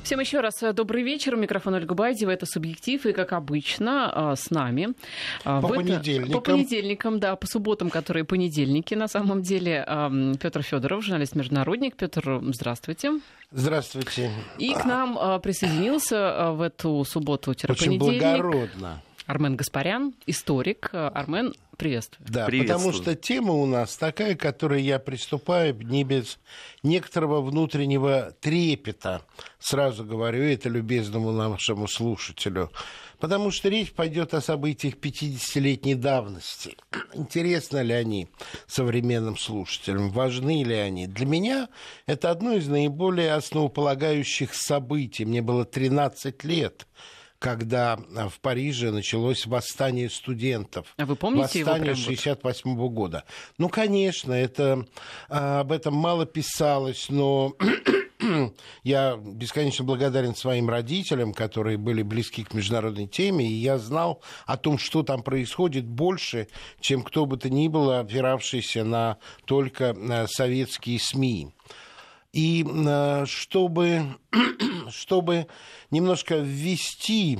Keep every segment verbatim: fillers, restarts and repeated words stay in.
Всем еще раз добрый вечер. Микрофон Ольга Бадьева. Это «Субъектив». И, как обычно, с нами. По в понедельникам. Это, по понедельникам, да. По субботам, которые понедельники, на самом деле. Петр Федоров, журналист-международник. Петр, здравствуйте. Здравствуйте. И к нам присоединился в эту субботу-понедельник. Очень благородно. Армен Гаспарян, историк. Армен, приветствую. Да, приветствую. Потому что тема у нас такая, к которой я приступаю не без некоторого внутреннего трепета. Сразу говорю это любезному нашему слушателю. Потому что речь пойдет о событиях пятидесятилетней давности. Интересны ли они современным слушателям? Важны ли они? Для меня это одно из наиболее основополагающих событий. Мне было тринадцать лет, когда в Париже началось восстание студентов. А вы помните его? Восстание шестьдесят восьмого года. Ну, конечно, это, об этом мало писалось, но я бесконечно благодарен своим родителям, которые были близки к международной теме, и я знал о том, что там происходит, больше, чем кто бы то ни было, опиравшийся на только советские СМИ. И чтобы, чтобы немножко ввести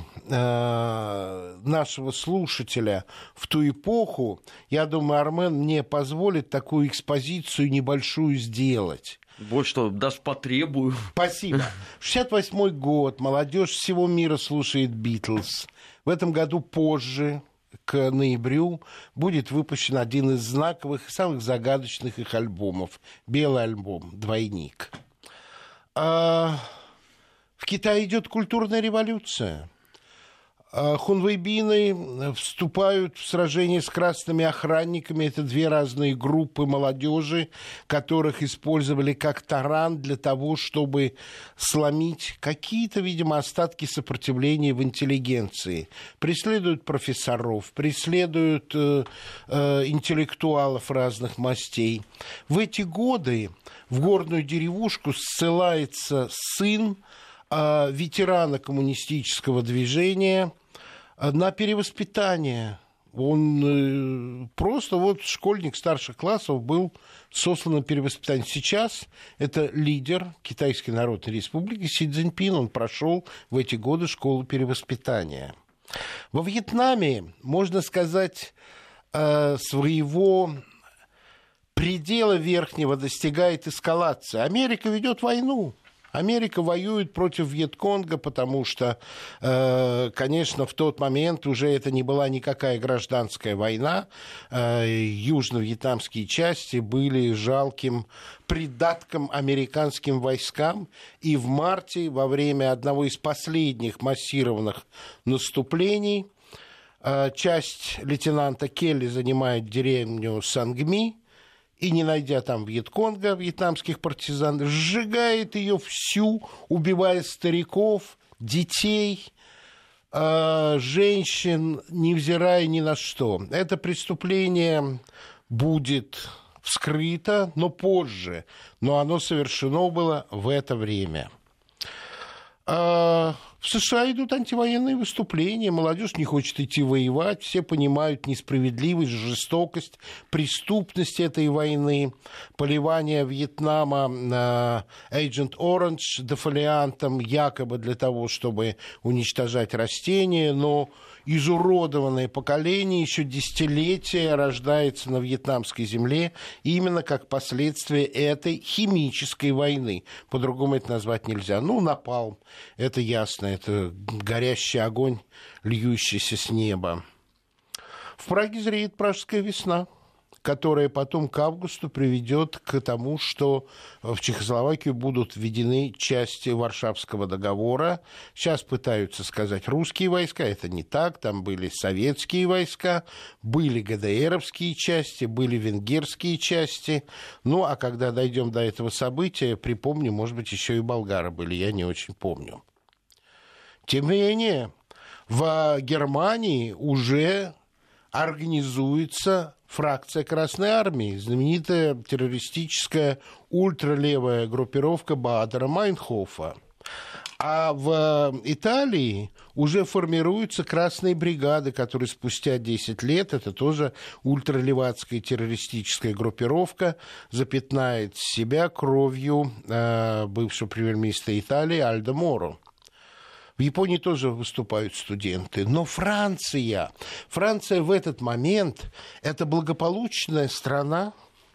э, нашего слушателя в ту эпоху, я думаю, Армен мне позволит такую экспозицию небольшую сделать. Вот что, даже потребую. Спасибо. шестьдесят восьмой год, молодежь всего мира слушает «Битлз». В этом году позже, к ноябрю, будет выпущен один из знаковых и самых загадочных их альбомов. Белый альбом «Двойник». А в Китае идет культурная революция. Хунвейбины вступают в сражение с красными охранниками. Это две разные группы молодежи, которых использовали как таран для того, чтобы сломить какие-то, видимо, остатки сопротивления в интеллигенции. Преследуют профессоров, преследуют э, э, интеллектуалов разных мастей. В эти годы в горную деревушку ссылается сын э, ветерана коммунистического движения на перевоспитание. Он э, просто вот школьник старших классов был сослан на перевоспитание. Сейчас это лидер Китайской Народной Республики Си Цзиньпин. Он прошел в эти годы школу перевоспитания. Во Вьетнаме, можно сказать, э, своего предела верхнего достигает эскалация. Америка ведет войну. Америка воюет против Вьетконга, потому что, э, конечно, в тот момент уже это не была никакая гражданская война. Э, южно-вьетнамские части были жалким придатком американским войскам. И в марте, во время одного из последних массированных наступлений, э, часть лейтенанта Келли занимает деревню Сангми, и, не найдя там Вьетконга, вьетнамских партизан, сжигает ее всю, убивая стариков, детей, э, женщин, невзирая ни на что. Это преступление будет вскрыто, но позже. Но оно совершено было в это время. Э, в США идут антивоенные выступления, молодежь не хочет идти воевать, все понимают несправедливость, жестокость, преступность этой войны, поливание Вьетнама Agent Orange дефолиантом, якобы для того, чтобы уничтожать растения, но изуродованное поколение еще десятилетия рождается на вьетнамской земле именно как последствие этой химической войны. По-другому это назвать нельзя. Ну, напалм, это ясно, это горящий огонь, льющийся с неба. В Праге зреет Пражская весна, которая потом к августу приведет к тому, что в Чехословакию будут введены части Варшавского договора. Сейчас пытаются сказать русские войска, это не так, там были советские войска, были ГДРовские части, были венгерские части. Ну, а когда дойдем до этого события, припомню, может быть, еще и болгары были, я не очень помню. Тем не менее, в Германии уже организуется фракция Красной Армии, знаменитая террористическая ультралевая группировка Баадера Майнхофа. А в Италии уже формируются красные бригады, которые спустя десять лет, это тоже ультралевацкая террористическая группировка, запятнает себя кровью э, бывшего премьер-министра Италии Альдо Моро. В Японии тоже выступают студенты. Но Франция, Франция в этот момент – это благополучная страна,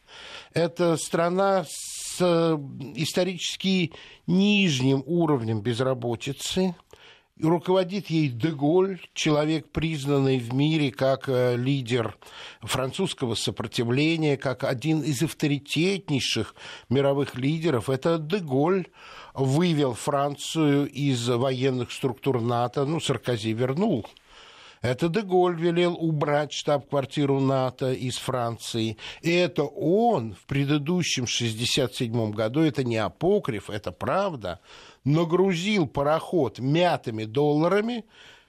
это страна с исторически нижним уровнем безработицы. Руководит ей де Голль, человек, признанный в мире как лидер французского сопротивления, как один из авторитетнейших мировых лидеров. Это де Голль вывел Францию из военных структур НАТО, ну, Саркози вернул. Это де Голль велел убрать штаб-квартиру НАТО из Франции. И это он в предыдущем шестьдесят седьмом году, это не апокриф, это правда, нагрузил пароход мятыми долларами,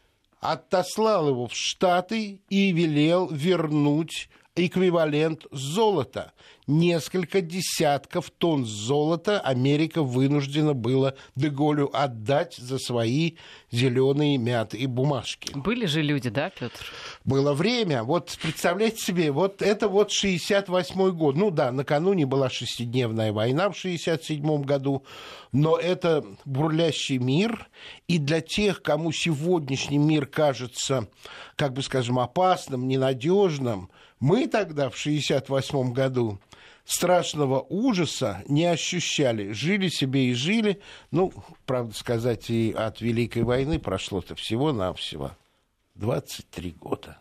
отослал его в Штаты и велел вернуть эквивалент золота. Несколько десятков тонн золота Америка вынуждена была де Голлю отдать за свои зеленые мятые бумажки. Были же люди, да, Петр? Было время. Вот представляете себе, вот это вот шестьдесят восьмой год. Ну да, накануне была шестидневная война в шестьдесят седьмом году, но это бурлящий мир. И для тех, кому сегодняшний мир кажется, как бы скажем, опасным, ненадежным, мы тогда в шестьдесят восьмом году страшного ужаса не ощущали. Жили себе и жили. Ну, правда сказать, и от Великой войны прошло-то всего-навсего двадцать три года.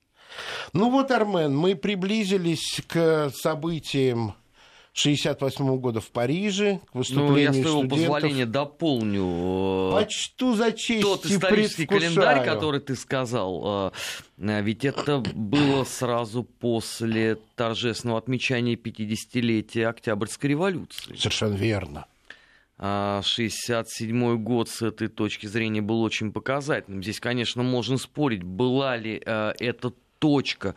Ну вот, Армен, мы приблизились к событиям шестьдесят восьмого года в Париже, к выступлению студентов. Ну, я, с твоего студентов. позволения, дополню. Почту за честь тот и исторический предвкушаю. календарь, который ты сказал, ведь это было сразу после торжественного отмечания пятидесятилетия Октябрьской революции. Совершенно верно. шестьдесят седьмой год с этой точки зрения был очень показательным. Здесь, конечно, можно спорить, была ли эта точка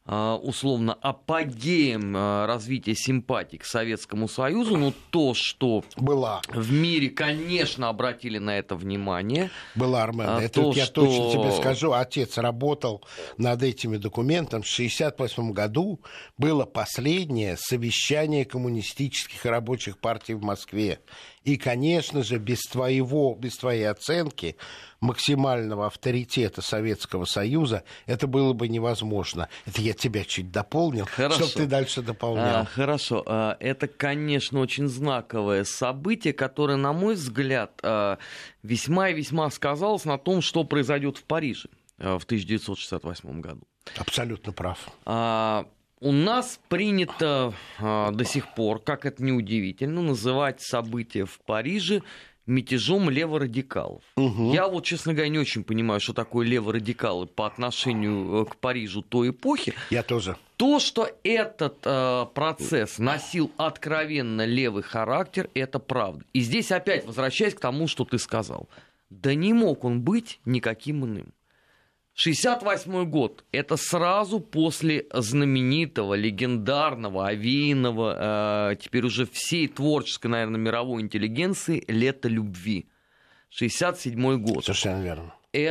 условно апогеем развития симпатий к Советскому Союзу, но то, что была. В мире, конечно, обратили на это внимание. Была, Армен. А это то, вот я что... точно тебе скажу. Отец работал над этими документами. В шестьдесят восьмом году было последнее совещание коммунистических и рабочих партий в Москве. И, конечно же, без твоего, без твоей оценки максимального авторитета Советского Союза это было бы невозможно. Это я тебя чуть дополнил, Хорошо. чтобы ты дальше дополнял. А, хорошо. А, это, конечно, очень знаковое событие, которое, на мой взгляд, а, весьма и весьма сказалось на том, что произойдет в Париже а, в тысяча девятьсот шестьдесят восьмом году. Абсолютно прав. А, у нас принято а, до сих пор, как это неудивительно, называть события в Париже мятежом леворадикалов. Угу. Я вот, честно говоря, не очень понимаю, что такое леворадикалы по отношению к Парижу той эпохи. Я тоже. То, что этот э, процесс носил откровенно левый характер, это правда. И здесь опять возвращаясь к тому, что ты сказал. Да не мог он быть никаким иным. шестьдесят восьмой год – это сразу после знаменитого, легендарного, овеянного, э, теперь уже всей творческой, наверное, мировой интеллигенции «Лето любви». шестьдесят седьмой год. Совершенно верно.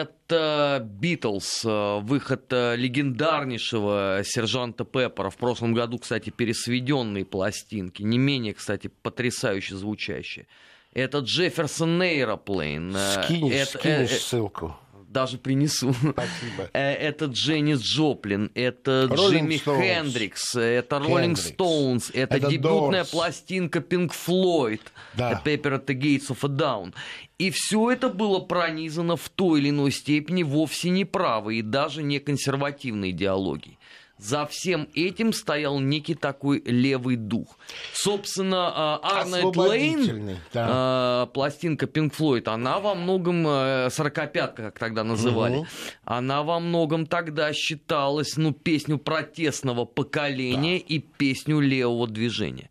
Это «Битлз», выход легендарнейшего сержанта Пеппера, в прошлом году, кстати, пересведенные пластинки, не менее, кстати, потрясающе звучащие. Это «Джефферсон Эйроплейн». Скинешь, это, скинешь э, ссылку. Даже принесу. Спасибо. Это Дженнис Джоплин, это Rolling Джимми Stones. Хендрикс, это Роллинг Стоунс, это, это дебютная Doors. Пластинка Pink Floyd, Да. Paper at the Gates of a Dawn. И все это было пронизано в той или иной степени вовсе не правой и даже не консервативной идеологией. За всем этим стоял некий такой левый дух. Собственно, Арнольд Лейн, да. пластинка Pink Floyd, она во многом, сорокопятка, как тогда называли, угу. она во многом тогда считалась, ну, песню протестного поколения да. и песню левого движения.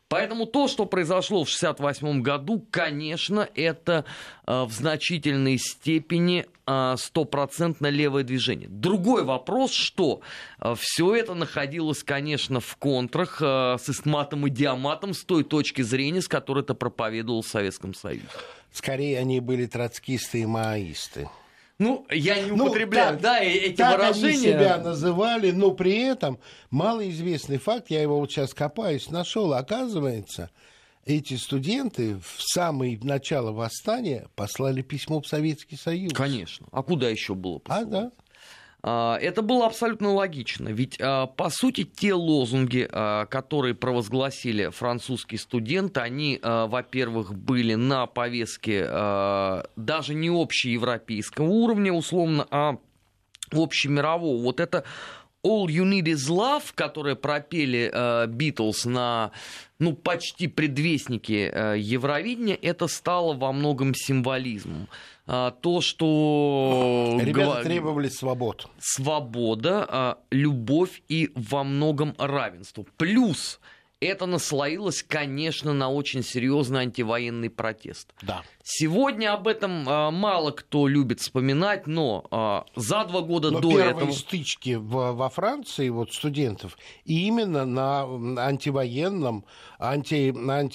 Поэтому то, что произошло в шестьдесят восьмом году, конечно, это э, в значительной степени э, стопроцентно левое движение. Другой вопрос, что э, все это находилось, конечно, в контрах э, с истматом и диаматом с той точки зрения, с которой это проповедовал в Советском Союзе. Скорее, они были троцкисты и маоисты. Ну, я не Ну, употребляю, так, да, эти так выражения. они себя называли, но при этом малоизвестный факт, я его вот сейчас копаюсь, нашел, оказывается, эти студенты в самое начало восстания послали письмо в Советский Союз. Конечно. А куда еще было А, посылать? да. Это было абсолютно логично, ведь, по сути, те лозунги, которые провозгласили французские студенты, они, во-первых, были на повестке даже не общеевропейского уровня, условно, а общемирового. Вот это «All you need is love», которое пропели Битлз на, ну, почти предвестнике Евровидения, это стало во многом символизмом. То, что... Ребята требовали свобод. Свобода, любовь и во многом равенство. Плюс это наслоилось, конечно, на очень серьезный антивоенный протест. Да. Сегодня об этом а, мало кто любит вспоминать, но а, за два года но до первые этого... стычки в, во Франции вот, студентов именно на антивоенном, анти,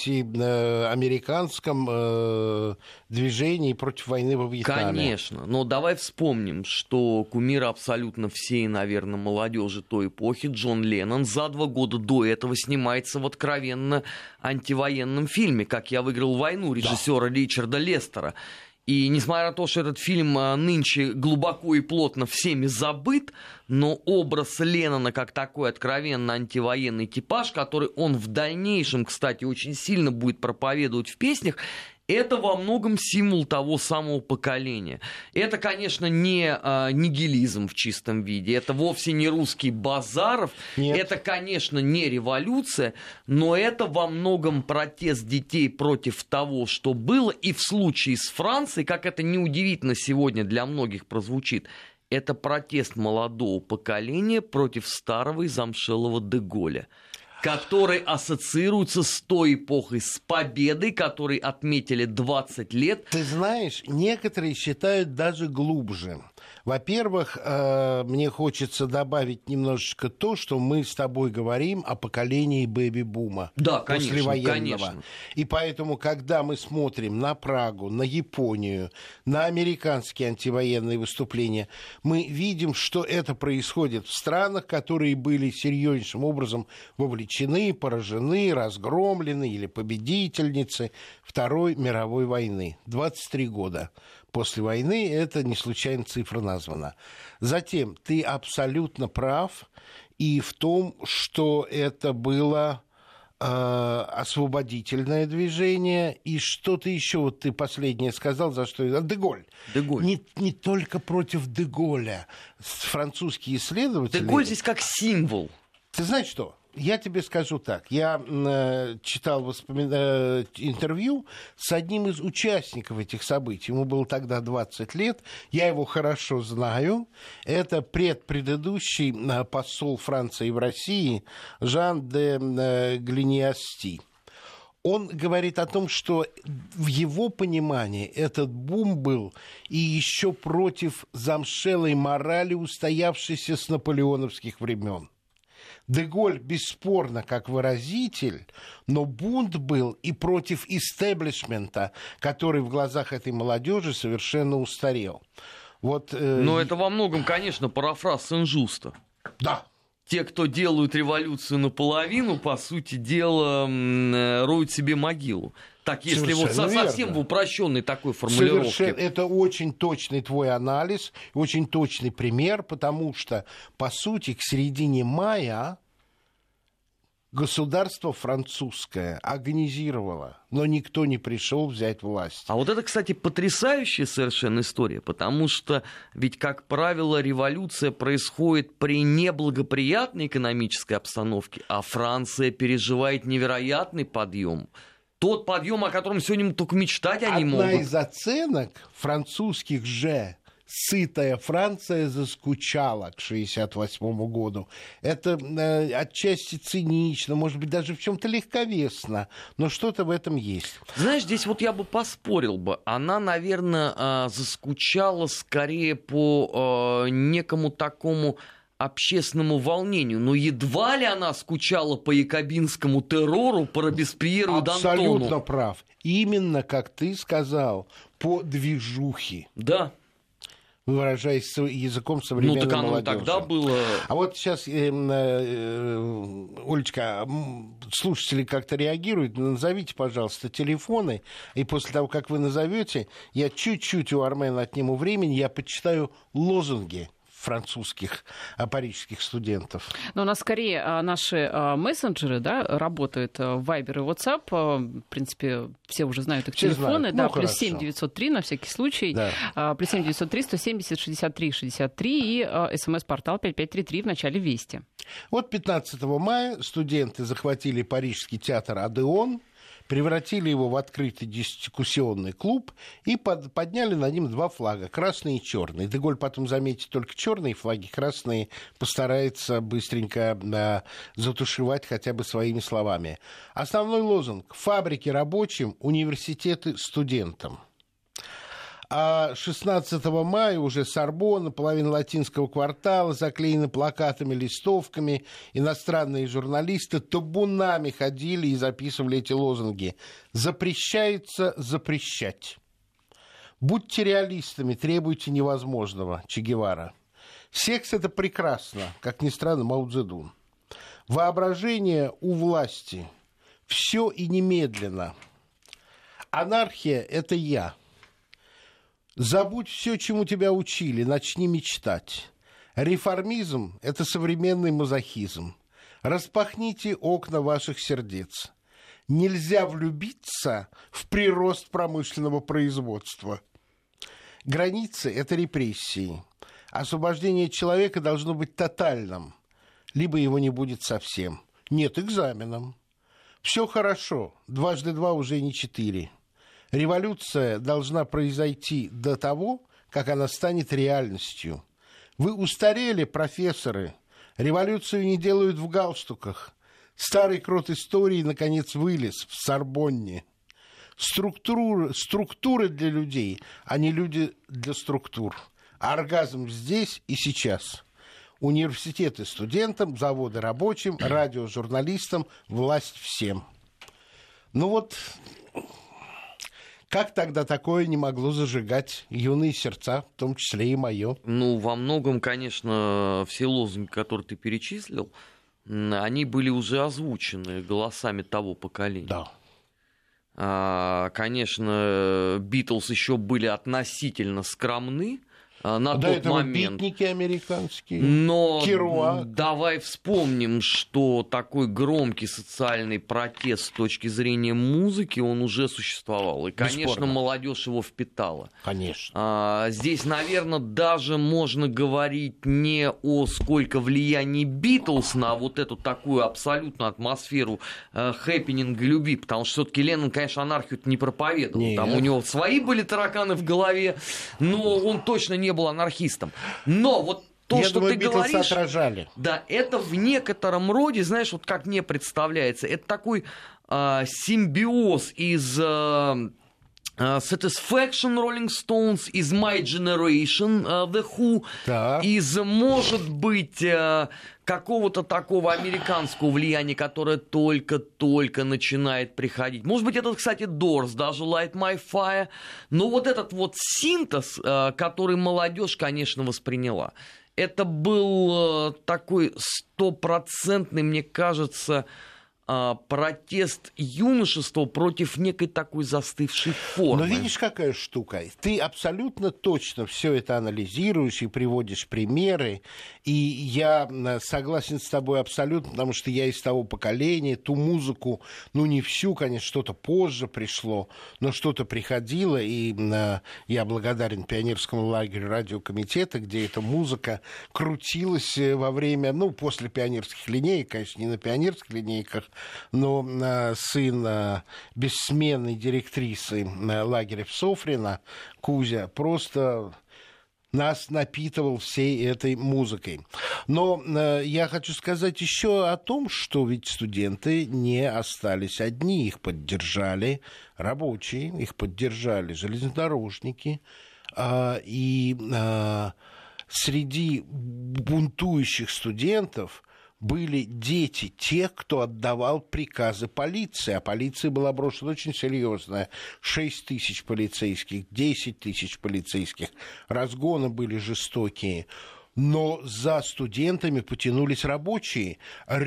антиамериканском э, движении против войны во Вьетнаме. Конечно, но давай вспомним, что кумир абсолютно всей, наверное, молодежи той эпохи, Джон Леннон, за два года до этого снимается в откровенно антивоенном фильме «Как я выиграл войну» режиссера да. Ричарда Лестера. И несмотря на то, что этот фильм нынче глубоко и плотно всеми забыт, но образ Леннона как такой откровенно антивоенный типаж, который он в дальнейшем, кстати, очень сильно будет проповедовать в песнях, это во многом символ того самого поколения. Это, конечно, не а, нигилизм в чистом виде, это вовсе не русский Базаров, Нет. это, конечно, не революция, но это во многом протест детей против того, что было, и в случае с Францией, как это неудивительно сегодня для многих прозвучит, это протест молодого поколения против старого и замшелого де Голля, который ассоциируется с той эпохой, с победой, которой отметили двадцать лет. Ты знаешь, некоторые считают даже глубже. Во-первых, э, мне хочется добавить немножечко то, что мы с тобой говорим о поколении бэби-бума. Да, конечно, послевоенного. конечно. И поэтому, когда мы смотрим на Прагу, на Японию, на американские антивоенные выступления, мы видим, что это происходит в странах, которые были серьезнейшим образом вовлечены, поражены, разгромлены или победительницы Второй мировой войны. двадцать три года. После войны это не случайно цифра названа. Затем ты абсолютно прав и в том, что это было э, освободительное движение. И что-то еще вот ты последнее сказал, за что... де Голь. де Голь. Не, не только против де Голля. Французские исследователи... де Голь здесь как символ. Ты знаешь что? Я тебе скажу так. Я э, читал воспомин... э, интервью с одним из участников этих событий. Ему было тогда двадцать лет. Я его хорошо знаю. Это предпредыдущий э, посол Франции в России Жан де э, Глиньясти. Он говорит о том, что в его понимании этот бум был и еще против замшелой морали, устоявшейся с наполеоновских времен. де Голь бесспорно как выразитель, но бунт был и против истеблишмента, который в глазах этой молодежи совершенно устарел. Вот, э... Но это во многом, конечно, парафраз Сен-Жуста. Да. Те, кто делают революцию наполовину, по сути дела, роют себе могилу. Так, если вот совсем в упрощенной такой формулировке. Совершенно. Это очень точный твой анализ, очень точный пример, потому что, по сути, к середине мая государство французское агонизировало, но никто не пришел взять власть. А вот это, кстати, потрясающая совершенно история, потому что ведь, как правило, революция происходит при неблагоприятной экономической обстановке, а Франция переживает невероятный подъем. Тот подъем, о котором сегодня мы только мечтать они могут. Одна из оценок французских же сытая Франция заскучала к шестьдесят восьмому году. Это э, отчасти цинично, может быть, даже в чем-то легковесно, но что-то в этом есть. Знаешь, здесь вот я бы поспорил бы. Она, наверное, заскучала скорее по некому такому общественному волнению. Но едва ли она скучала по якобинскому террору, по Робеспьеру и Д'Антону. Абсолютно прав. Именно, как ты сказал, по движухе. Да. Выражаясь языком современной молодежи. Ну, так оно молодежи. тогда было... А вот сейчас, э, э, Олечка, слушатели как-то реагируют. Назовите, пожалуйста, телефоны, и после того, как вы назовете, я чуть-чуть у Армена отниму времени, я почитаю лозунги французских, а, парижских студентов. Но у нас скорее а, наши а, мессенджеры, да, работают, а, Viber и WhatsApp. А, в принципе, все уже знают их все телефоны. Знают. Да, Ну, плюс хорошо. семь девятьсот три на всякий случай. Да. А, плюс семь девятьсот три сто семьдесят шестьдесят три шестьдесят три и а, смс-портал пять пять три три в начале Вести. Вот пятнадцатого мая студенты захватили парижский театр «Одеон», превратили его в открытый дискуссионный клуб и под, подняли на ним два флага, красный и черный. Деголь потом заметит только черные флаги, красные постарается быстренько а, затушевать хотя бы своими словами. Основной лозунг: фабрики рабочим, университеты студентам. А шестнадцатого мая уже Сорбонна, половина латинского квартала заклеена плакатами, листовками. Иностранные журналисты табунами ходили и записывали эти лозунги. Запрещается запрещать. Будьте реалистами, требуйте невозможного. Че Гевара. Секс – это прекрасно, как ни странно, Мао Цзэдун. Воображение у власти. Все и немедленно. Анархия – это я. Забудь все, чему тебя учили, начни мечтать. Реформизм – это современный мазохизм. Распахните окна ваших сердец. Нельзя влюбиться в прирост промышленного производства. Границы – это репрессии. Освобождение человека должно быть тотальным, либо его не будет совсем. Нет экзаменом. Все хорошо, дважды два уже не четыре. Революция должна произойти до того, как она станет реальностью. Вы устарели, профессоры. Революцию не делают в галстуках. Старый крот истории, наконец, вылез в Сорбонне. Структуры, структуры для людей, а не люди для структур. Оргазм здесь и сейчас. Университеты студентам, заводы рабочим, радио журналистам, власть всем. Ну вот... Как тогда такое не могло зажигать юные сердца, в том числе и мое? Ну, во многом, конечно, все лозунги, которые ты перечислил, они были уже озвучены голосами того поколения. Да. А, конечно, Битлз еще были относительно скромны на До тот этого момент. битники американские. Но Керуак. давай вспомним, что такой громкий социальный протест с точки зрения музыки, он уже существовал. И, конечно, Бесспорно. молодежь его впитала. Конечно. А, здесь, наверное, даже можно говорить не о сколько влиянии Битлз на вот эту такую абсолютную атмосферу э, хэппининга любви, потому что все-таки Леннон, конечно, анархию не проповедовал. Нет. Там у него свои были тараканы в голове, но он точно не был анархистом. Но вот то, Я что думаю, ты Битлз говоришь, отражали. да, это в некотором роде, знаешь, вот как мне представляется, это такой э, симбиоз из э, uh, Satisfaction Rolling Stones, из My Generation uh, The Who, Так. из, может быть, uh, какого-то такого американского влияния, которое только-только начинает приходить. Может быть, это, кстати, Doors, даже Light My Fire. Но вот этот вот синтез, uh, который молодежь, конечно, восприняла, это был uh, такой стопроцентный, мне кажется, протест юношества против некой такой застывшей формы. Но видишь, какая штука? Ты абсолютно точно все это анализируешь и приводишь примеры. И я согласен с тобой абсолютно, потому что я из того поколения, ту музыку, ну не всю, конечно, что-то позже пришло, но что-то приходило. И я благодарен пионерскому лагерю радиокомитета, где эта музыка крутилась во время, ну, после пионерских линеек, конечно, не на пионерских линейках, но э, сын э, бессменной директрисы э, лагеря Софрина, Кузя, просто нас напитывал всей этой музыкой. Но э, я хочу сказать еще о том, что ведь студенты не остались одни. Их поддержали рабочие, их поддержали железнодорожники. Э, и э, среди бунтующих студентов были дети тех, кто отдавал приказы полиции. А полиция была брошена очень серьезная. шесть тысяч полицейских, десять тысяч полицейских. Разгоны были жестокие. Но за студентами потянулись рабочие.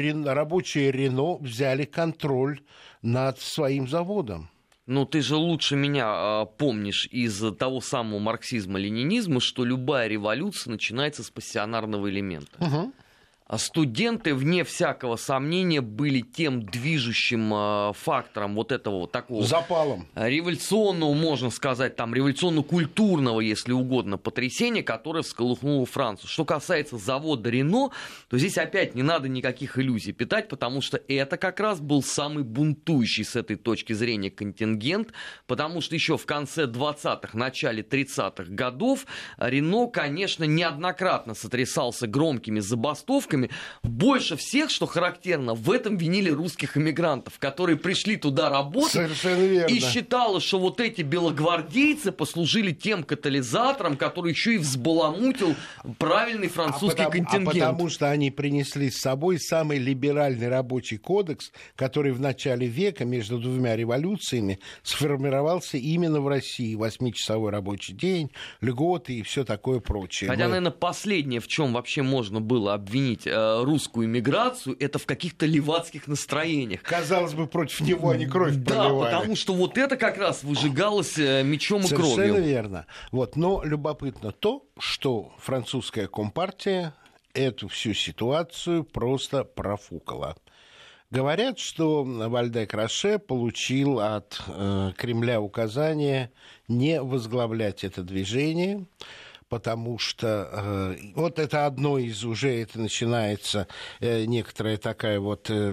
Рабочие Рено взяли контроль над своим заводом. Ну, ты же лучше меня э, помнишь из того самого марксизма-ленинизма, что любая революция начинается с пассионарного элемента. Угу. А студенты, вне всякого сомнения, были тем движущим э, фактором вот этого вот такого... Запалом. Революционного, можно сказать, там, революционно-культурного, если угодно, потрясения, которое всколыхнуло Францию. Что касается завода Рено, то здесь опять не надо никаких иллюзий питать, потому что это как раз был самый бунтующий с этой точки зрения контингент, потому что еще в конце двадцатых, начале тридцатых годов Рено, конечно, неоднократно сотрясался громкими забастовками. Больше всех, что характерно, в этом винили русских эмигрантов, которые пришли туда работать. Совершенно верно. И считалось, что вот эти белогвардейцы послужили тем катализатором, который еще и взбаламутил правильный французский а потому, контингент. А потому что они принесли с собой самый либеральный рабочий кодекс, который в начале века между двумя революциями сформировался именно в России. Восьмичасовой рабочий день, льготы и все такое прочее. Хотя, Мы... наверное, последнее, в чем вообще можно было обвинить э, русскую иммиграцию, это в каких-то левацких настроениях. Казалось бы, против него они кровь да, проливали. Да, потому что вот это как раз выжигалось э, мечом и кровью. Совершенно верно. Вот. Но любопытно то, что французская компартия эту всю ситуацию просто профукала. Говорят, что Вальдек-Роше получил от э, Кремля указание не возглавлять это движение, потому что э, вот это одно из уже, это начинается э, некоторая такая вот э,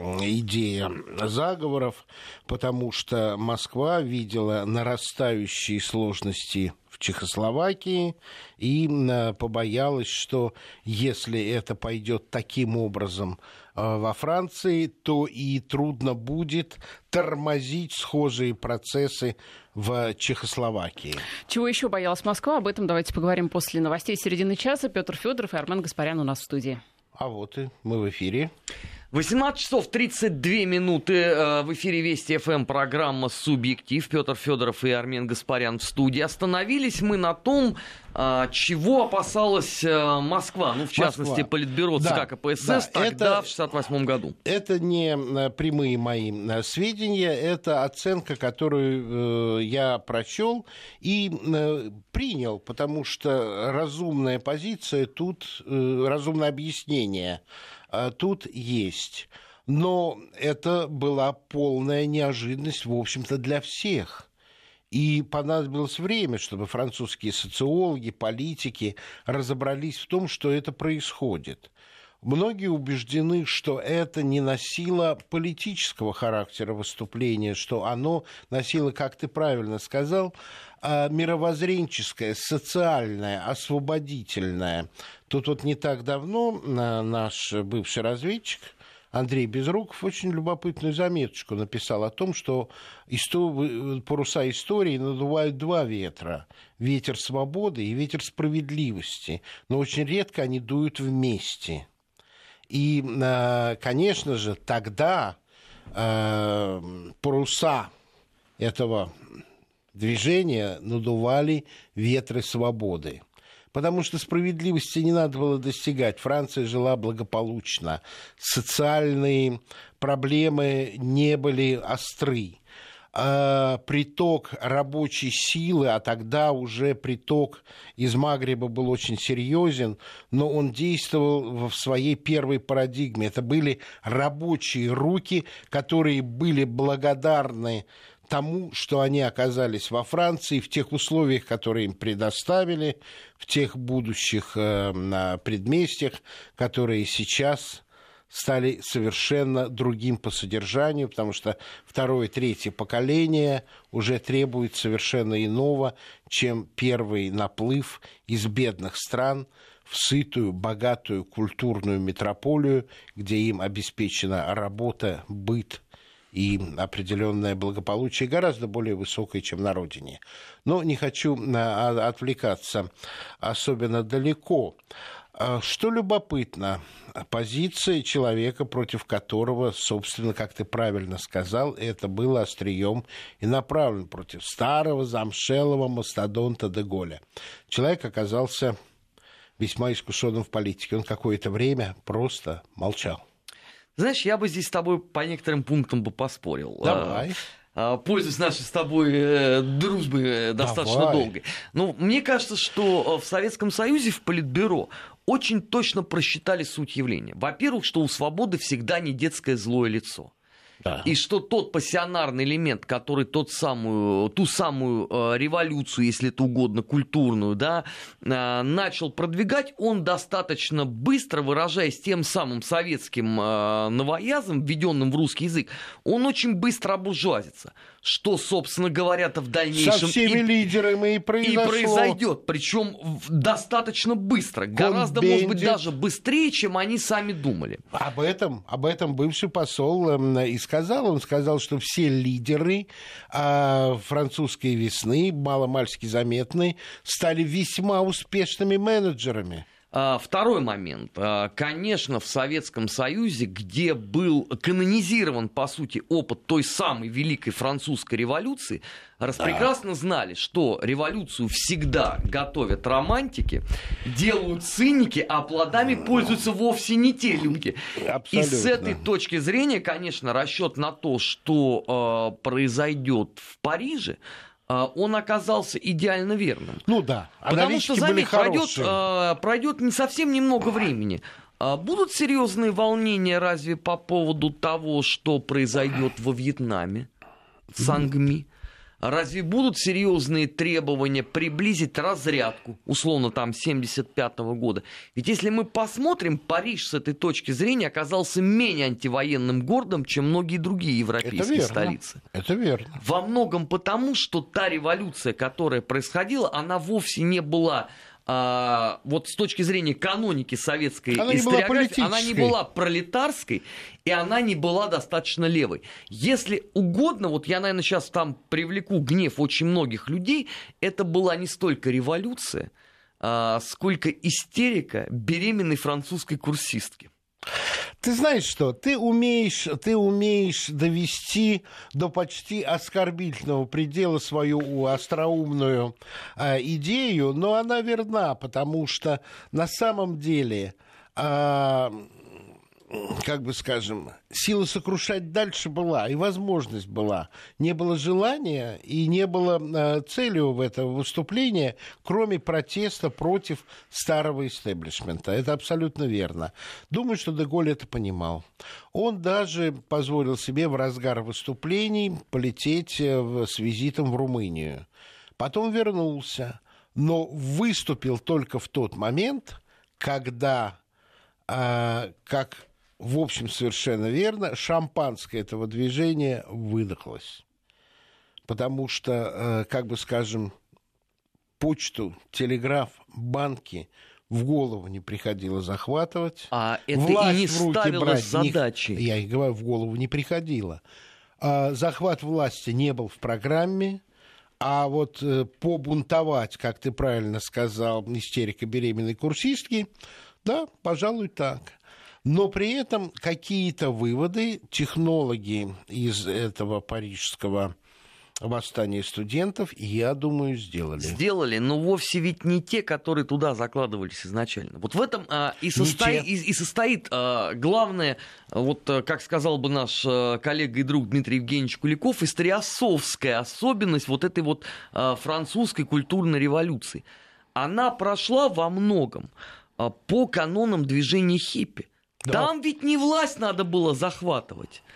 идея заговоров, потому что Москва видела нарастающие сложности в Чехословакии и э, побоялась, что если это пойдет таким образом э, во Франции, то и трудно будет тормозить схожие процессы в Чехословакии. Чего еще боялась Москва? Об этом давайте поговорим после новостей середины часа. Петр Федоров и Армен Гаспарян у нас в студии. А вот и мы в эфире. восемнадцать часов тридцать две минуты. В эфире Вести ФМ, программа «Субъектив». Петр Федоров и Армен Гаспарян в студии. Остановились мы на том, чего опасалась Москва. Ну, в частности, Москва. Политбюро ЦК Да, КПСС да, тогда, это, в шестьдесят восьмом году. Это не прямые мои сведения, это оценка, которую э, я прочел и э, принял, потому что разумная позиция тут, э, разумное объяснение тут есть. Но это была полная неожиданность, в общем-то, для всех. И понадобилось время, чтобы французские социологи, политики разобрались в том, что это происходит. Многие убеждены, что это не носило политического характера выступления, что оно носило, как ты правильно сказал, мировоззренческое, социальное, освободительное. Тут вот не так давно наш бывший разведчик Андрей Безруков очень любопытную заметочку написал о том, что паруса истории надувают два ветра. Ветер свободы и ветер справедливости. Но очень редко они дуют вместе. И, конечно же, тогда паруса этого движения надували ветры свободы. Потому что справедливости не надо было достигать. Франция жила благополучно. Социальные проблемы не были остры. А приток рабочей силы, а тогда уже приток из Магриба был очень серьезен, но он действовал в своей первой парадигме. Это были рабочие руки, которые были благодарны тому, что они оказались во Франции, в тех условиях, которые им предоставили, в тех будущих э, предместьях, которые сейчас стали совершенно другим по содержанию, потому что второе, третье поколение уже требует совершенно иного, чем первый наплыв из бедных стран в сытую, богатую культурную метрополию, где им обеспечена работа, быт и определенное благополучие гораздо более высокое, чем на родине. Но не хочу отвлекаться особенно далеко. Что любопытно, позиция человека, против которого, собственно, как ты правильно сказал, это было острием и направлено против старого замшелого мастодонта де Голля. Человек оказался весьма искушенным в политике. Он какое-то время просто молчал. Знаешь, я бы здесь с тобой по некоторым пунктам бы поспорил. Давай. Пользуясь нашей с тобой э, дружбой э, достаточно Давай. долгой. Но мне кажется, что в Советском Союзе в Политбюро очень точно просчитали суть явления. Во-первых, что у свободы всегда не детское злое лицо. Да. И что тот пассионарный элемент, который тот самую, ту самую э, революцию, если это угодно, культурную, да, э, начал продвигать, он достаточно быстро, выражаясь тем самым советским э, новоязом, введенным в русский язык, он очень быстро обуржуазится. Что, собственно говоря-то, в дальнейшем со всеми и, лидерами и произошло. И произойдет. Причем достаточно быстро. Кон Гораздо, Бендит. может быть, даже быстрее, чем они сами думали. Об этом, об этом бывший посол э, и сказал. Он сказал, что все лидеры э, французской весны, маломальски заметные, стали весьма успешными менеджерами. Второй момент. Конечно, в Советском Союзе, где был канонизирован, по сути, опыт той самой Великой Французской революции, распрекрасно знали, что революцию всегда готовят романтики, делают циники, а плодами пользуются вовсе не те люди. Абсолютно. И с этой точки зрения, конечно, расчет на то, что э, произойдет в Париже, он оказался идеально верным. Ну да, потому что, заметь, пройдет, э, пройдет не совсем немного времени. А будут серьезные волнения разве по поводу того, что произойдет во Вьетнаме, Сангми? Разве будут серьезные требования приблизить разрядку, условно там семьдесят пятого года? Ведь если мы посмотрим, Париж с этой точки зрения оказался менее антивоенным городом, чем многие другие европейские Это столицы. Это верно. Во многом потому, что та революция, которая происходила, она вовсе не была... А, вот с точки зрения каноники советской она историографии, не она не была пролетарской, и она не была достаточно левой. Если угодно, вот я, наверное, сейчас там привлеку гнев очень многих людей, это была не столько революция, а, сколько истерика беременной французской курсистки. Ты знаешь что, ты умеешь, ты умеешь довести до почти оскорбительного предела свою остроумную э, идею, но она верна, потому что на самом деле, э, как бы скажем, сила сокрушать дальше была, и возможность была. Не было желания и не было э, цели в этом выступлении, кроме протеста против старого истеблишмента. Это абсолютно верно. Думаю, что де Голль это понимал. Он даже позволил себе в разгар выступлений полететь с визитом в Румынию. Потом вернулся, но выступил только в тот момент, когда, э, как... в общем, совершенно верно, шампанское этого движения выдохлось. Потому что, как бы скажем, почту, телеграф, банки в голову не приходило захватывать. А это и не ставилось задачей. Я и говорю, в голову не приходило. А захват власти не был в программе. А вот побунтовать, как ты правильно сказал, истерика беременной курсистки, да, пожалуй, так. Но при этом какие-то выводы технологи из этого парижского восстания студентов, я думаю, сделали. Сделали, но вовсе ведь не те, которые туда закладывались изначально. Вот в этом а, и, состоит, и, и состоит а, главное, вот как сказал бы наш а, коллега и друг Дмитрий Евгеньевич Куликов, историосовская особенность вот этой вот а, французской культурной революции. Она прошла во многом а, по канонам движения хиппи. Да. Там ведь не власть надо было захватывать.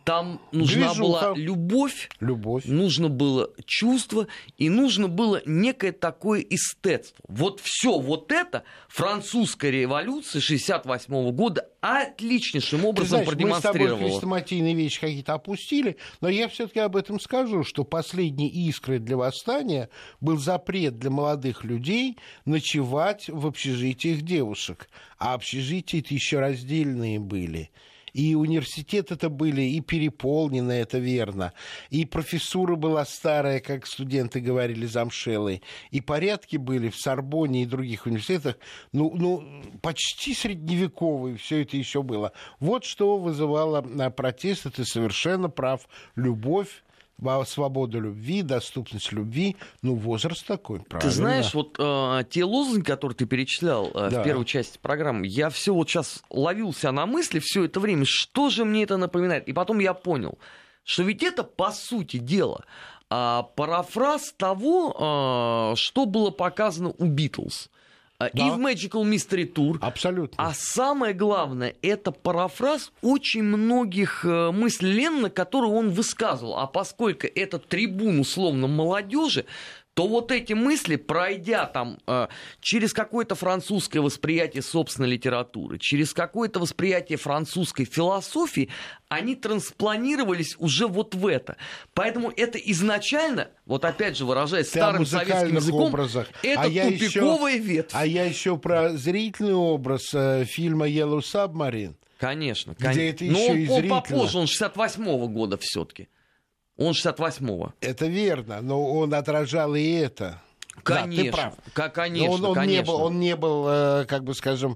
Там нужна Движуха. была любовь, Любовь. нужно было чувство и нужно было некое такое эстетство. Вот все вот это французская революция шестьдесят восьмого года отличнейшим образом Ты знаешь, продемонстрировала. Мы с тобой хрестоматийные вещи какие-то опустили, но я все-таки об этом скажу, что последней искрой для восстания был запрет для молодых людей ночевать в общежитиях девушек. А общежития-то еще раздельные были. И университеты-то были и переполнены, это верно. И профессура была старая, как студенты говорили, замшелые. И порядки были в Сорбонне и других университетах, ну, ну почти средневековые, все это еще было. Вот что вызывало протест, ты совершенно прав. Любовь, свобода любви, доступность любви, ну, возраст такой, правильно. Ты знаешь, вот э, те лозунги, которые ты перечислял э, да. в первой части программы, я все вот сейчас ловил себя на мысли все это время, что же мне это напоминает. И потом я понял, что ведь это, по сути дела, э, парафраз того, э, что было показано у Битлз. Да. И в Magical Mystery Tour. Абсолютно. А самое главное, это парафраз очень многих мыслей Леннона, которые он высказывал. А поскольку это трибун, условно, молодежи, то вот эти мысли, пройдя там э, через какое-то французское восприятие собственной литературы, через какое-то восприятие французской философии, они транспланировались уже вот в это. Поэтому это изначально, вот опять же выражаясь Ты старым советским языком, образах. это а тупиковая еще, ветвь. А я еще про зрительный образ э, фильма «Yellow Submarine». Конечно, где конечно. это Но еще он, и он зрительно. попозже, он шестьдесят восьмого года все-таки. Он шестьдесят восьмого. Это верно, но он отражал и это. Конечно, да, ты прав. К- конечно, но он, он, конечно. Не был, он не был, э, как бы скажем,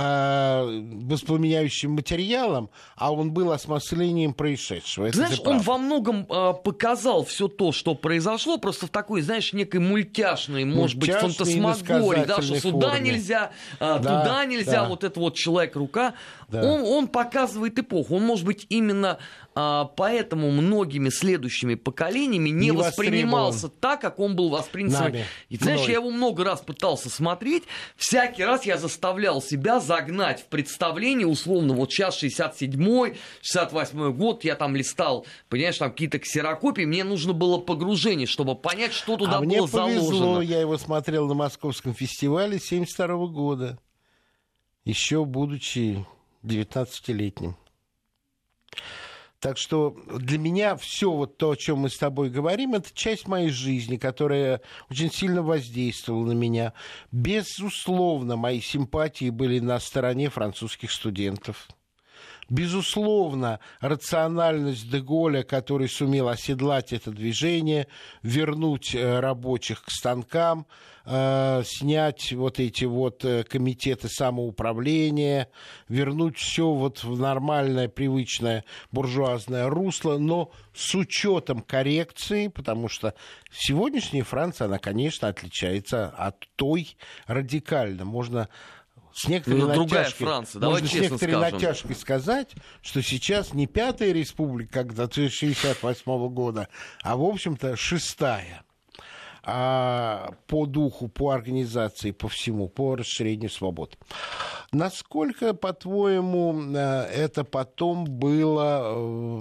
э, воспламеняющим материалом, а он был осмыслением происшедшего. Это Знаешь, он во многом э, показал все то, что произошло, просто в такой, знаешь, некой мультяшной, может быть, фантасмагории, да, что сюда форме. нельзя, э, да, туда нельзя, да. Вот это вот Человек-рука. Да. Он, он показывает эпоху. Он, может быть, именно э, поэтому многими следующими поколениями не, не воспринимался так, как он был воспринят. Нами. И знаешь, Мной. я его много раз пытался смотреть, всякий раз я заставлял себя загнать в представление, условно, вот сейчас шестьдесят седьмой, шестьдесят восьмой год, я там листал, понимаешь, там какие-то ксерокопии, мне нужно было погружение, чтобы понять, что туда а было мне повезло, заложено. Я его смотрел на Московском фестивале семьдесят второго года, еще будучи девятнадцатилетним. Так что для меня все вот то, о чем мы с тобой говорим, это часть моей жизни, которая очень сильно воздействовала на меня. Безусловно, мои симпатии были на стороне французских студентов. Безусловно, рациональность Де-Голля, который сумел оседлать это движение, вернуть рабочих к станкам, снять вот эти вот комитеты самоуправления, вернуть все вот в нормальное, привычное буржуазное русло, но с учетом коррекции, потому что сегодняшняя Франция, она, конечно, отличается от той радикально. Можно с некоторой ну, натяжкой, Франция, можно с некоторой скажем. натяжкой сказать, что сейчас не пятая республика, как до шестьдесят восьмого года, а, в общем-то, шестая. А по духу, по организации, по всему, по расширению свобод. Насколько, по-твоему, это потом было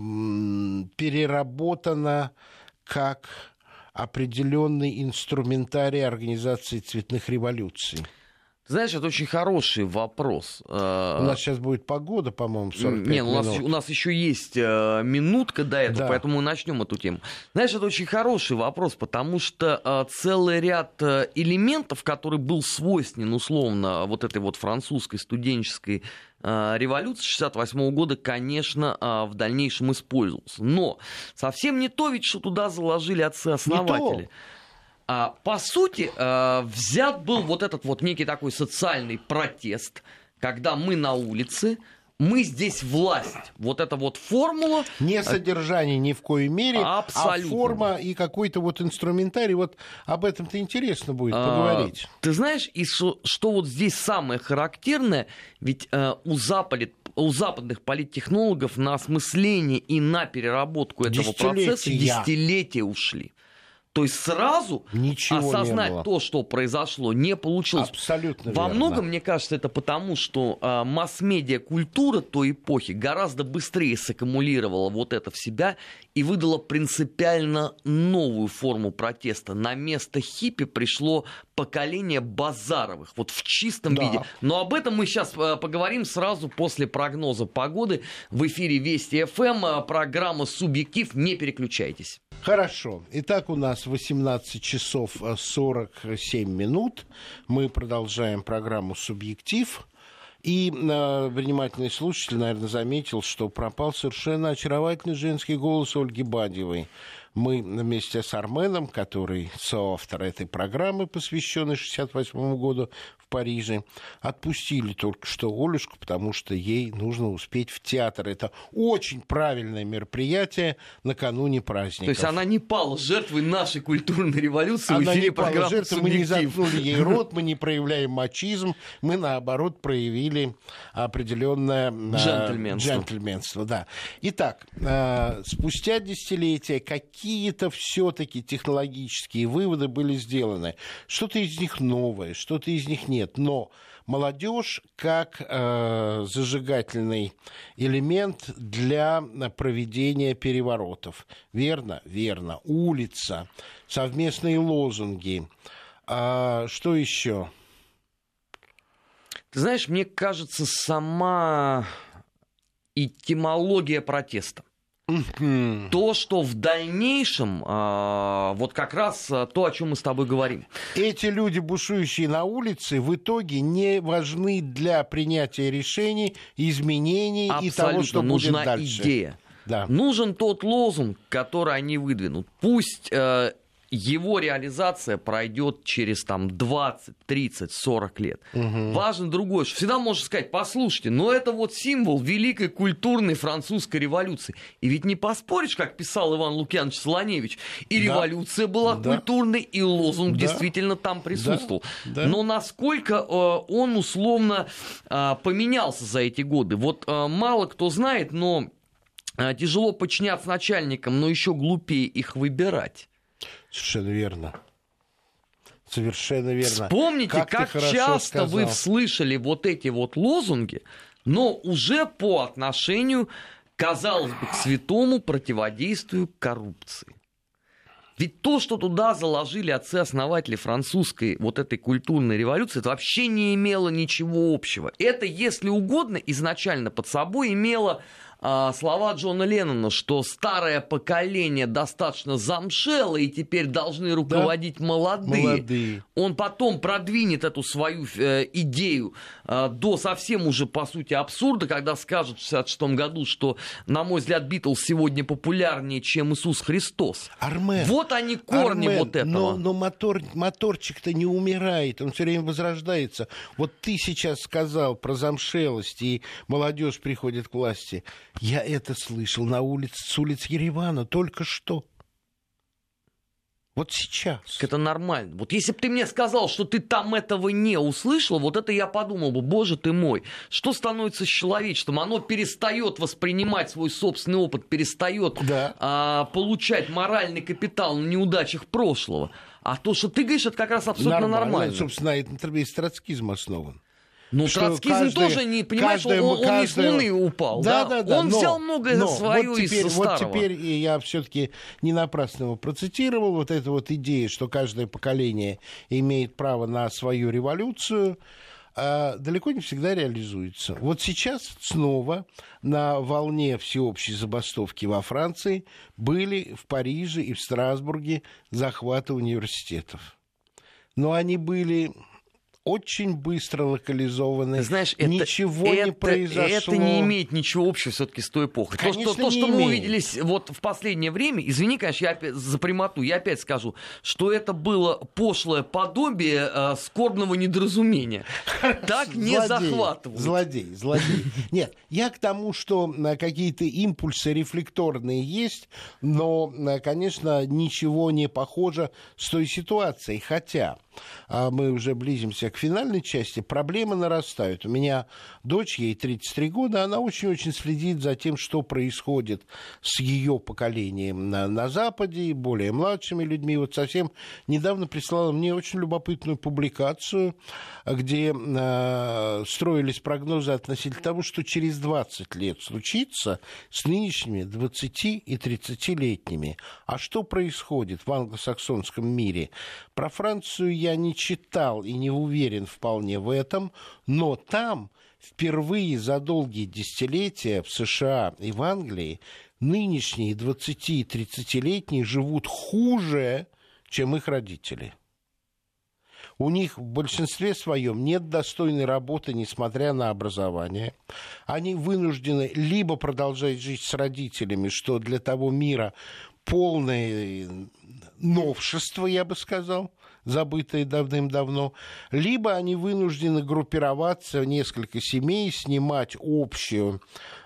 переработано как определенный инструментарий организации цветных революций? Знаешь, это очень хороший вопрос. У нас сейчас будет погода, по-моему, сорок пять Не, у нас, минут. у нас еще есть э, минутка до этого, да. Поэтому мы начнем эту тему. Знаешь, это очень хороший вопрос, потому что э, целый ряд э, элементов, который был свойственен, условно, вот этой вот французской студенческой э, революции шестьдесят восьмого года, конечно, э, в дальнейшем использовался. Но совсем не то ведь, что туда заложили отцы-основатели. А, по сути, э, взят был вот этот вот некий такой социальный протест, когда мы на улице, мы здесь власть. Вот эта вот формула... Не содержание ни в коей мере, абсолютно. А форма и какой-то вот инструментарий. Вот об этом-то интересно будет поговорить. А, ты знаешь, и что, что вот здесь самое характерное, ведь э, у Запада... у западных политтехнологов на осмысление и на переработку этого процесса десятилетия ушли. То есть сразу Ничего осознать то, что произошло, не получилось. Абсолютно Во верно. многом, мне кажется, это потому, что а, масс-медиа-культура той эпохи гораздо быстрее саккумулировала вот это в себя и выдала принципиально новую форму протеста. На место хиппи пришло поколение Базаровых, вот в чистом Да. виде. Но об этом мы сейчас а, поговорим сразу после прогноза погоды. В эфире Вести эф эм, а, программа «Субъектив». Не переключайтесь. Хорошо. Итак, у нас восемнадцать часов сорок семь минут. Мы продолжаем программу «Субъектив». И э, внимательный слушатель, наверное, заметил, что пропал совершенно очаровательный женский голос Ольги Бадьевой. Мы вместе с Арменом, который соавтор этой программы, посвященной шестьдесят восьмому году в Париже, отпустили только что Олюшку, потому что ей нужно успеть в театр. Это очень правильное мероприятие накануне праздников. То есть она не пала жертвой нашей культурной революции в Она эфире не пала программы жертвой, мы не «Субъектив». заткнули ей рот, мы не проявляем мачизм, мы, наоборот, проявили определенное э, Джентльменство. джентльменство, да. Итак, э, спустя десятилетия какие-то все-таки технологические выводы были сделаны. Что-то из них новое, что-то из них нет. Но молодежь как э, зажигательный элемент для проведения переворотов. Верно? Верно. Улица, совместные лозунги. А что еще? Ты знаешь, мне кажется, сама этимология протеста. То, что в дальнейшем, а, вот как раз то, о чем мы с тобой говорим. Эти люди, бушующие на улице, в итоге не важны для принятия решений, изменений Абсолютно. и того, что Нужна будет дальше. идея. Да. Нужен тот лозунг, который они выдвинут. Пусть э, его реализация пройдет через там, двадцать, тридцать, сорок лет. Угу. Важно другое, что всегда можно сказать: послушайте, но это вот символ великой культурной французской революции. И ведь не поспоришь, как писал Иван Лукьянович Солоневич, и да. революция была да. культурной, и лозунг да. действительно там присутствовал. Да. Да. Но насколько э, он условно э, поменялся за эти годы, вот э, мало кто знает, но э, тяжело подчиняться начальникам, но еще глупее их выбирать. Совершенно верно. Совершенно верно. Вспомните, как, как часто сказал. вы слышали вот эти вот лозунги, но уже по отношению, казалось бы, к святому противодействию коррупции. Ведь то, что туда заложили отцы-основатели французской вот этой культурной революции, это вообще не имело ничего общего. Это, если угодно, изначально под собой имело а, слова Джона Леннона, что старое поколение достаточно замшело и теперь должны руководить да? молодые. молодые. Он потом продвинет эту свою э, идею э, до совсем уже, по сути, абсурда, когда скажет в шестьдесят шестом году, что, на мой взгляд, Битлз сегодня популярнее, чем Иисус Христос. Армен, вот они корни Армен, вот этого. Но, но мотор, моторчик-то не умирает, он все время возрождается. Вот ты сейчас сказал про замшелость, и молодежь приходит к власти. Я это слышал на улице, с улиц Еревана только что. Вот сейчас. Это нормально. Вот если бы ты мне сказал, что ты там этого не услышал, вот это я подумал бы: боже ты мой, что становится с человечеством? Оно перестает воспринимать свой собственный опыт, перестает да. а, получать моральный капитал на неудачах прошлого. А то, что ты говоришь, это как раз абсолютно нормально. нормально. Собственно, на этом весь троцкизм основан. Ну, троцкизм каждый, тоже, не понимаешь, каждый, он, он каждый... не с Луны упал. Да, да, да, он но, взял многое но, свое вот теперь, из старого. Вот теперь я все-таки не напрасно его процитировал. Вот эта вот идея, что каждое поколение имеет право на свою революцию, а, далеко не всегда реализуется. Вот сейчас снова на волне всеобщей забастовки во Франции были в Париже и в Страсбурге захваты университетов. Но они были... очень быстро локализованы. Знаешь, ничего это, не произошло. Это не имеет ничего общего все-таки с той эпохой. Конечно, то, что, то, что не мы имеет. увидели вот в последнее время, извини, конечно, я опять, за прямоту, я опять скажу, что это было пошлое подобие э, скорбного недоразумения. Так не захватывают. Злодей, злодей. Нет, я к тому, что какие-то импульсы рефлекторные есть, но, конечно, ничего не похоже с той ситуацией. Хотя... а мы уже близимся к финальной части, проблемы нарастают. У меня дочь, ей тридцать три года, она очень-очень следит за тем, что происходит с ее поколением на, на Западе, более младшими людьми. Вот совсем недавно прислала мне очень любопытную публикацию, где э, строились прогнозы относительно того, что через двадцать лет случится с нынешними двадцати- и тридцатилетними. А что происходит в англосаксонском мире? Про Францию я не читал и не уверен вполне в этом, но там впервые за долгие десятилетия в США и в Англии нынешние двадцати- и тридцатилетние живут хуже, чем их родители. У них в большинстве своем нет достойной работы, несмотря на образование. Они вынуждены либо продолжать жить с родителями, что для того мира полное новшество, я бы сказал, забытые давным-давно, либо они вынуждены группироваться в несколько семей, снимать общую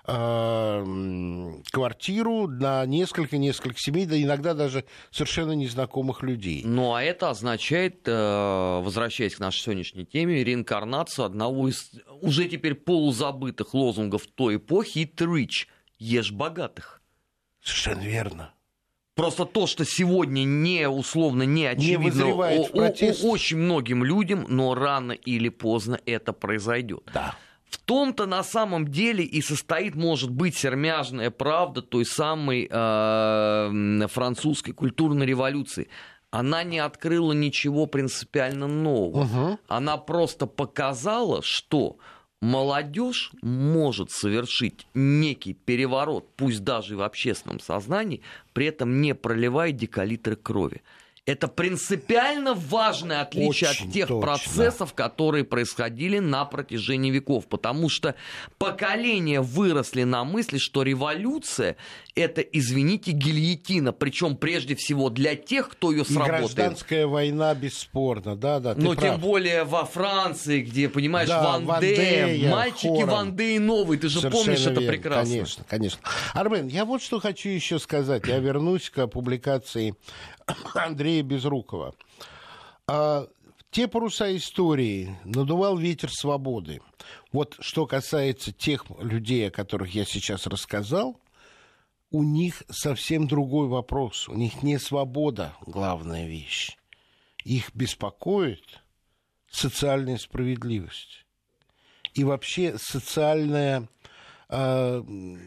э, квартиру на несколько-несколько семей, да иногда даже совершенно незнакомых людей. Ну, а это означает, э, возвращаясь к нашей сегодняшней теме, реинкарнацию одного из уже теперь полузабытых лозунгов той эпохи «Eat the rich» – «Ешь богатых». Совершенно верно. Просто то, что сегодня не условно, не очевидно о, о, о, очень многим людям, но рано или поздно это произойдет. Да. В том-то на самом деле и состоит, может быть, сермяжная правда той самой э, французской культурной революции. Она не открыла ничего принципиально нового. Угу. Она просто показала, что молодежь может совершить некий переворот, пусть даже и в общественном сознании, при этом не проливая декалитры крови. Это принципиально важное отличие Очень от тех точно. процессов, которые происходили на протяжении веков. Потому что поколения выросли на мысли, что революция – это, извините, гильотина. Причем прежде всего для тех, кто ее сработает. И гражданская война, бесспорно. Да, да, Но прав. тем более во Франции, где, понимаешь, да, Вандея, мальчики хором. Вандеи новые. Ты же Совершенно помнишь верно. это прекрасно. Конечно, конечно. Армен, я вот что хочу еще сказать. Я вернусь к публикации Андрея Безрукова. А, те паруса истории надувал ветер свободы. Вот что касается тех людей, о которых я сейчас рассказал, у них совсем другой вопрос. У них не свобода главная вещь. Их беспокоит социальная справедливость. И вообще социальное э,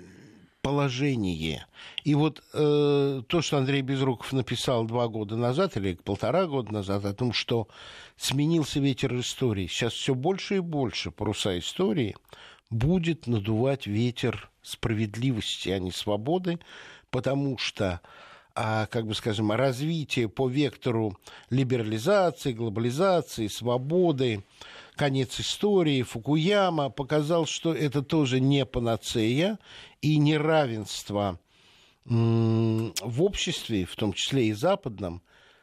положение. И вот э, то, что Андрей Безруков написал два года назад или полтора года назад о том, что сменился ветер истории. Сейчас все больше и больше паруса истории будет надувать ветер справедливости, а не свободы, потому что, а, как бы скажем, развитие по вектору либерализации, глобализации, свободы, конец истории, Фукуяма показал, что это тоже не панацея, и неравенство м- в обществе, в том числе и западном,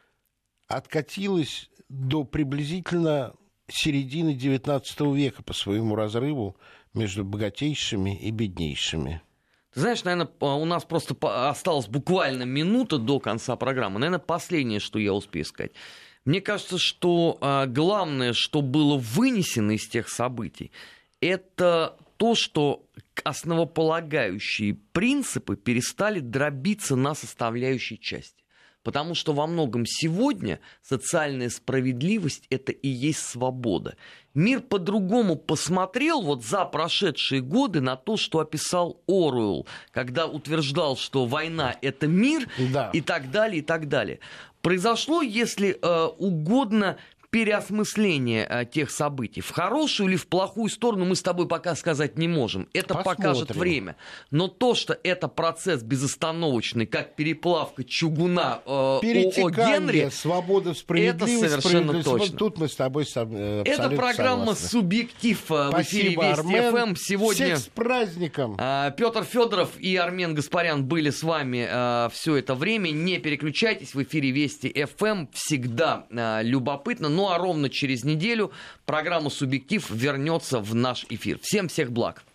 откатилось до приблизительно середины девятнадцатого века по своему разрыву между богатейшими и беднейшими. Ты знаешь, наверное, у нас просто осталась буквально минута до конца программы. Наверное, последнее, что я успею сказать. Мне кажется, что а, главное, что было вынесено из тех событий, это то, что основополагающие принципы перестали дробиться на составляющие части. Потому что во многом сегодня социальная справедливость – это и есть свобода. Мир по-другому посмотрел вот за прошедшие годы на то, что описал Оруэлл, когда утверждал, что война – это мир, да. и так далее, и так далее. Произошло, если э, угодно, переосмысление э, тех событий. В хорошую или в плохую сторону мы с тобой пока сказать не можем. Это Посмотрим. покажет время. Но то, что это процесс безостановочный, как переплавка чугуна э, о Генри, свобода, справедливость, это совершенно точно. Тут мы с тобой абсолютно Это программа согласны. «Субъектив» в эфире Вести эф эм. Сегодня всех с праздником. Э, Петр Федоров и Армен Гаспарян были с вами э, все это время. Не переключайтесь, в эфире Вести эф эм. Всегда э, любопытно. Но Ну а ровно через неделю программа «Субъектив» вернется в наш эфир. Всем всех благ.